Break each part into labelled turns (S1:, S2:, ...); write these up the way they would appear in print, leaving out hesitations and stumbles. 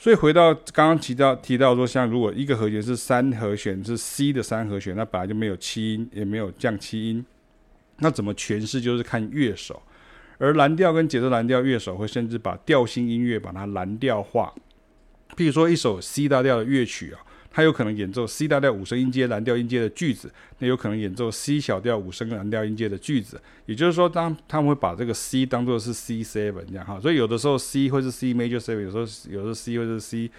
S1: 所以回到刚刚提到说，像如果一个和弦是3和弦，是 C 的3和弦，那本来就没有七音，也没有降七音，那怎么诠释就是看乐手。而蓝调跟节奏蓝调乐手会甚至把调性音乐把它蓝调化。譬如说一首 C 大调的乐曲它有可能演奏 C 大调5声音阶蓝调音阶的句子，那有可能演奏 C 小调5声蓝调音阶的句子。也就是说，当他们会把这个 C 当作是 C7 这样所以有的时候 C 会是 C major 7，有时候 C 会是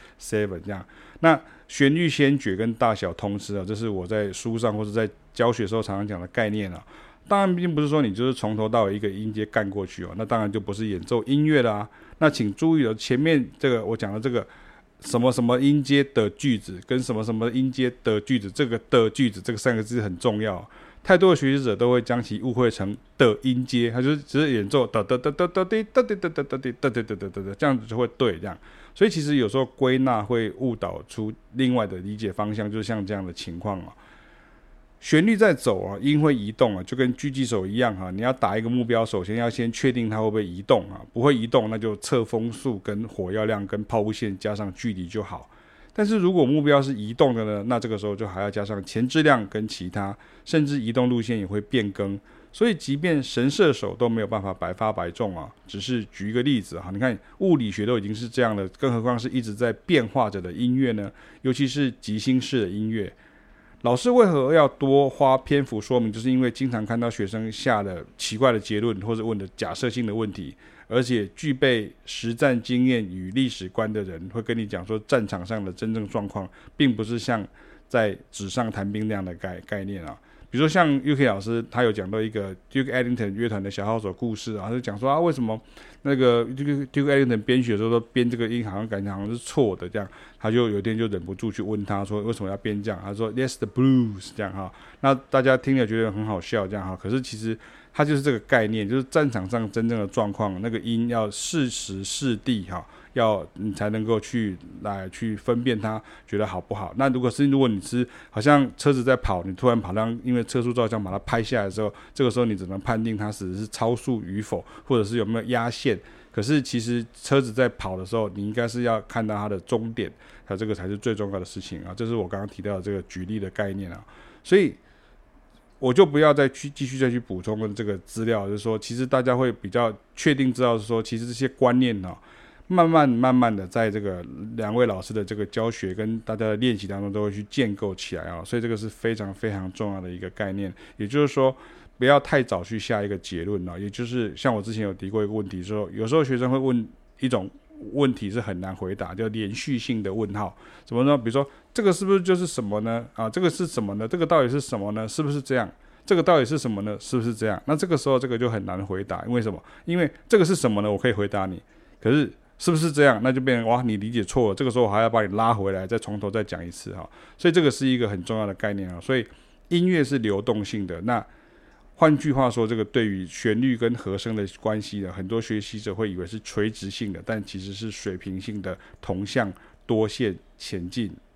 S1: C7 这样。那旋律先决跟大小通吃这是我在书上或者在教学的时候常常讲的概念当然并不是说你就是从头到尾一个音阶干过去那当然就不是演奏音乐啦那请注意前面这个我讲的这个什么什么音阶的句子跟什么什么音阶的句子，这个的句子这个3个字很重要。太多的学习者都会将其误会成的音阶，他就只是演奏的的的的的的的的的的的的的的的这样子就会对这样。所以其实有时候归纳会误导出另外的理解方向，就是像这样的情况旋律在走音会移动就跟狙击手一样你要打一个目标，首先要先确定它会不会移动不会移动那就测风速跟火药量跟抛物线加上距离就好。但是如果目标是移动的呢，那这个时候就还要加上前置量跟其他，甚至移动路线也会变更。所以即便神射手都没有办法百发百中只是举一个例子你看物理学都已经是这样了，更何况是一直在变化着的音乐呢？尤其是即兴式的音乐。老师为何要多花篇幅说明？就是因为经常看到学生下的奇怪的结论，或者问的假设性的问题，而且具备实战经验与历史观的人会跟你讲说，战场上的真正状况并不是像在纸上谈兵那样的概念比如说像 UK 老师，他有讲到一个 Duke Ellington 乐团的小号手故事他就讲说为什么那个 Duke Ellington 编曲的时候都编这个音好像感觉好像是错的这样，他就有一天就忍不住去问他说为什么要编这样，他说 That's the blues 这样那大家听了觉得很好笑这样可是其实它就是这个概念，就是战场上真正的状况，那个音要适时适地要你才能够去分辨它觉得好不好。那如果你是好像车子在跑，你突然跑到因为车速照相把它拍下来的时候，这个时候你只能判定它是超速与否，或者是有没有压线。可是其实车子在跑的时候，你应该是要看到它的终点，这个才是最重要的事情这是我刚刚提到的这个举例的概念所以我就不要继续再去补充这个资料，就是说其实大家会比较确定知道说其实这些观念慢慢的在这个2位老师的这个教学跟大家的练习当中都会去建构起来所以这个是非常非常重要的一个概念。也就是说不要太早去下一个结论也就是像我之前有提过一个问题说，有时候学生会问一种问题是很难回答，叫连续性的问号。怎么呢？比如说这个是不是就是什么呢这个是什么呢？这个到底是什么呢？是不是这样？这个到底是什么呢？是不是这样？那这个时候这个就很难回答。因为什么？因为这个是什么呢？我可以回答你，可是是不是这样？那就变成哇，你理解错了。这个时候我还要把你拉回来，再从头再讲一次所以这个是一个很重要的概念所以音乐是流动性的。那换句话说，这个对于旋律跟和声的关系呢，很多学习者会以为是垂直性的，但其实是水平性的同向多线前进。